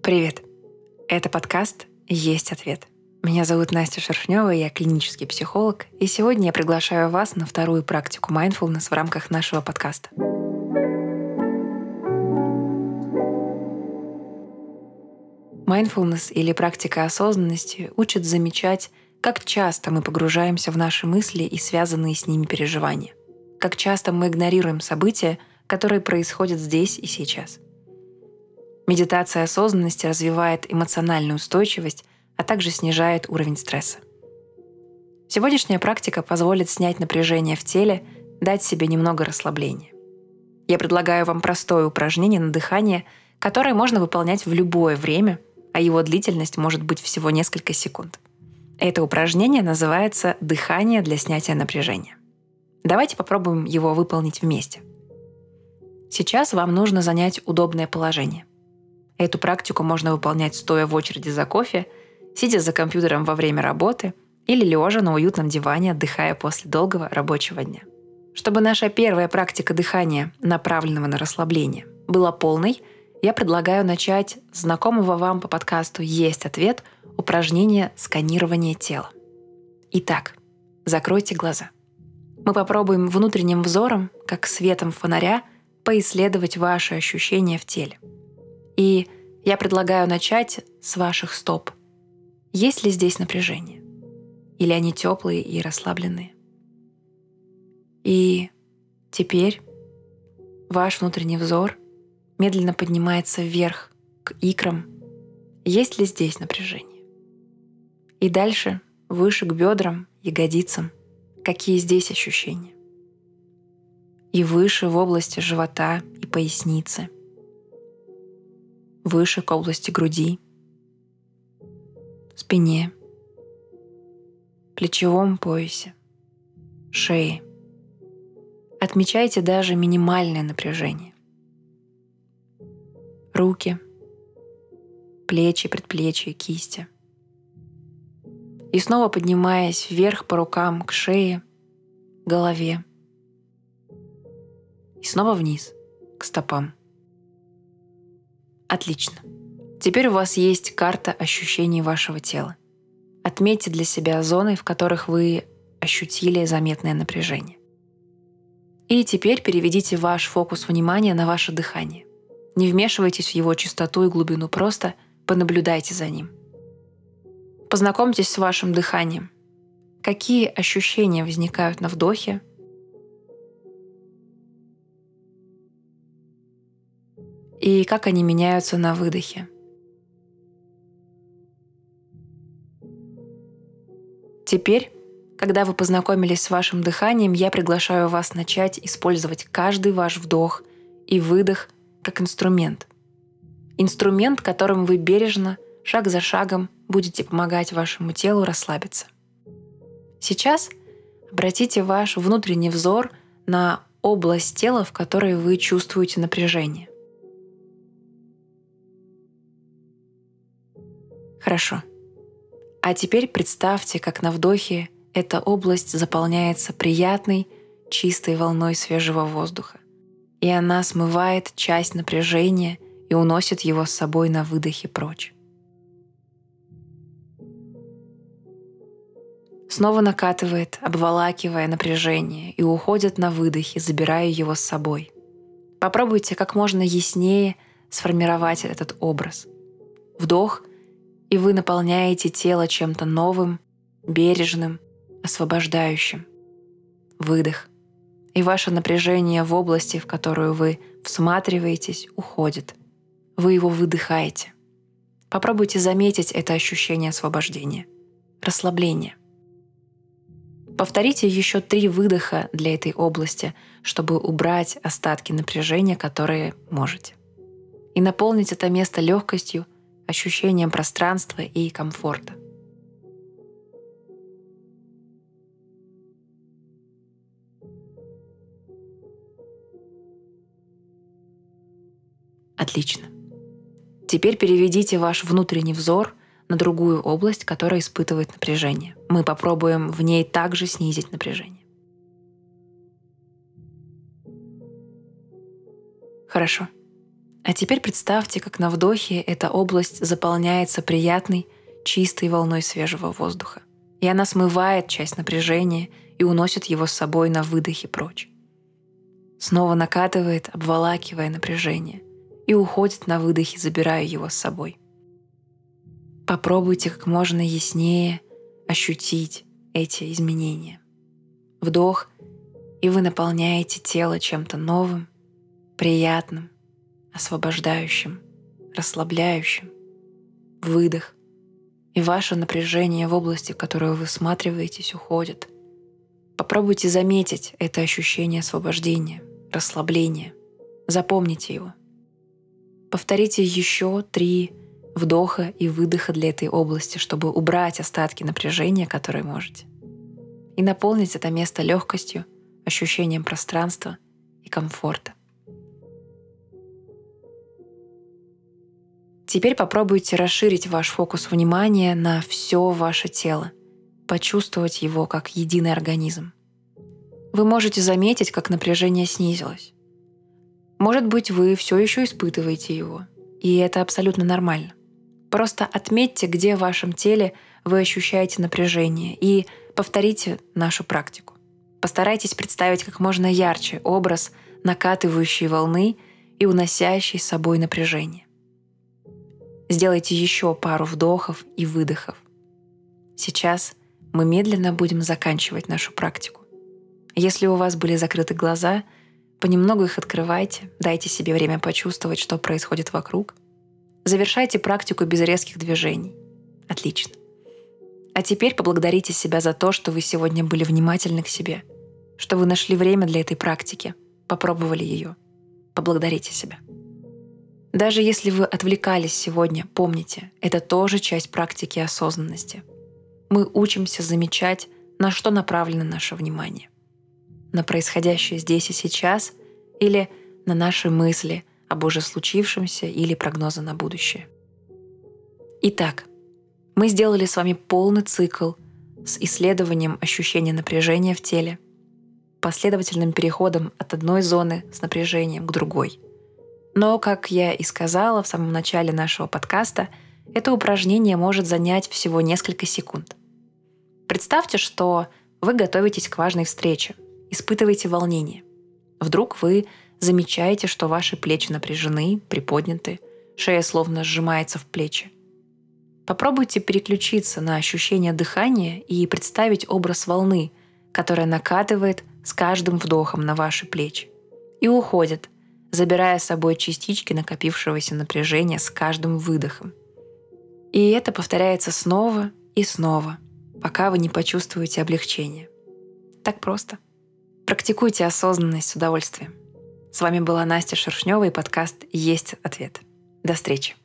Привет! Это подкаст «Есть ответ». Меня зовут Настя Шершнева, я клинический психолог, и сегодня я приглашаю вас на вторую практику mindfulness в рамках нашего подкаста. Mindfulness или практика осознанности учит замечать, как часто мы погружаемся в наши мысли и связанные с ними переживания, как часто мы игнорируем события, которые происходят здесь и сейчас. Медитация осознанности развивает эмоциональную устойчивость, а также снижает уровень стресса. Сегодняшняя практика позволит снять напряжение в теле, дать себе немного расслабления. Я предлагаю вам простое упражнение на дыхание, которое можно выполнять в любое время, а его длительность может быть всего несколько секунд. Это упражнение называется «Дыхание для снятия напряжения». Давайте попробуем его выполнить вместе. Сейчас вам нужно занять удобное положение. Эту практику можно выполнять стоя в очереди за кофе, сидя за компьютером во время работы или лежа на уютном диване, отдыхая после долгого рабочего дня. Чтобы наша первая практика дыхания, направленного на расслабление, была полной, я предлагаю начать с знакомого вам по подкасту «Есть ответ» упражнения сканирования тела. Итак, закройте глаза. Мы попробуем внутренним взором, как светом фонаря, поисследовать ваши ощущения в теле. И я предлагаю начать с ваших стоп. Есть ли здесь напряжение? Или они теплые и расслабленные? И теперь ваш внутренний взор медленно поднимается вверх, к икрам. Есть ли здесь напряжение? И дальше выше к бедрам, ягодицам. Какие здесь ощущения? И выше в области живота и поясницы. Выше к области груди, спине, плечевом поясе, шее. Отмечайте даже минимальное напряжение. Руки, плечи, предплечья, кисти. И снова поднимаясь вверх по рукам к шее, голове. И снова вниз, к стопам. Отлично. Теперь у вас есть карта ощущений вашего тела. Отметьте для себя зоны, в которых вы ощутили заметное напряжение. И теперь переведите ваш фокус внимания на ваше дыхание. Не вмешивайтесь в его частоту и глубину, просто понаблюдайте за ним. Познакомьтесь с вашим дыханием. Какие ощущения возникают на вдохе? И как они меняются на выдохе? Теперь, когда вы познакомились с вашим дыханием, я приглашаю вас начать использовать каждый ваш вдох и выдох как инструмент. Инструмент, которым вы бережно, шаг за шагом будете помогать вашему телу расслабиться. Сейчас обратите ваш внутренний взор на область тела, в которой вы чувствуете напряжение. Хорошо. А теперь представьте, как на вдохе эта область заполняется приятной, чистой волной свежего воздуха, и она смывает часть напряжения и уносит его с собой на выдохе прочь. Снова накатывает, обволакивая напряжение, и уходит на выдохе, забирая его с собой. Попробуйте как можно яснее сформировать этот образ. Вдох — и вы наполняете тело чем-то новым, бережным, освобождающим. Выдох. И ваше напряжение в области, в которую вы всматриваетесь, уходит. Вы его выдыхаете. Попробуйте заметить это ощущение освобождения, расслабления. Повторите еще 3 выдоха для этой области, чтобы убрать остатки напряжения, которые можете. И наполнить это место легкостью, ощущением пространства и комфорта. Отлично. Теперь переведите ваш внутренний взор на другую область, которая испытывает напряжение. Мы попробуем в ней также снизить напряжение. Хорошо. А теперь представьте, как на вдохе эта область заполняется приятной, чистой волной свежего воздуха. И она смывает часть напряжения и уносит его с собой на выдохе прочь. Снова накатывает, обволакивая напряжение, и уходит на выдохе, забирая его с собой. Попробуйте как можно яснее ощутить эти изменения. Вдох, и вы наполняете тело чем-то новым, приятным, освобождающим, расслабляющим. Выдох, и ваше напряжение в области, в которую вы всматриваетесь, уходит. Попробуйте заметить это ощущение освобождения, расслабления. Запомните его. Повторите еще 3 вдоха и выдоха для этой области, чтобы убрать остатки напряжения, которые можете. И наполнить это место легкостью, ощущением пространства и комфорта. Теперь попробуйте расширить ваш фокус внимания на все ваше тело, почувствовать его как единый организм. Вы можете заметить, как напряжение снизилось. Может быть, вы все еще испытываете его, и это абсолютно нормально. Просто отметьте, где в вашем теле вы ощущаете напряжение, и повторите нашу практику. Постарайтесь представить как можно ярче образ накатывающей волны и уносящей с собой напряжение. Сделайте еще пару вдохов и выдохов. Сейчас мы медленно будем заканчивать нашу практику. Если у вас были закрыты глаза, понемногу их открывайте, дайте себе время почувствовать, что происходит вокруг. Завершайте практику без резких движений. Отлично. А теперь поблагодарите себя за то, что вы сегодня были внимательны к себе, что вы нашли время для этой практики, попробовали ее. Поблагодарите себя. Даже если вы отвлекались сегодня, помните, это тоже часть практики осознанности. Мы учимся замечать, на что направлено наше внимание. На происходящее здесь и сейчас или на наши мысли об уже случившемся или прогнозы на будущее. Итак, мы сделали с вами полный цикл с исследованием ощущения напряжения в теле, последовательным переходом от одной зоны с напряжением к другой. Но, как я и сказала в самом начале нашего подкаста, это упражнение может занять всего несколько секунд. Представьте, что вы готовитесь к важной встрече, испытываете волнение. Вдруг вы замечаете, что ваши плечи напряжены, приподняты, шея словно сжимается в плечи. Попробуйте переключиться на ощущение дыхания и представить образ волны, которая накатывает с каждым вдохом на ваши плечи и уходит, забирая с собой частички накопившегося напряжения с каждым выдохом. И это повторяется снова и снова, пока вы не почувствуете облегчение. Так просто. Практикуйте осознанность с удовольствием. С вами была Настя Шершнева и подкаст «Есть ответ». До встречи.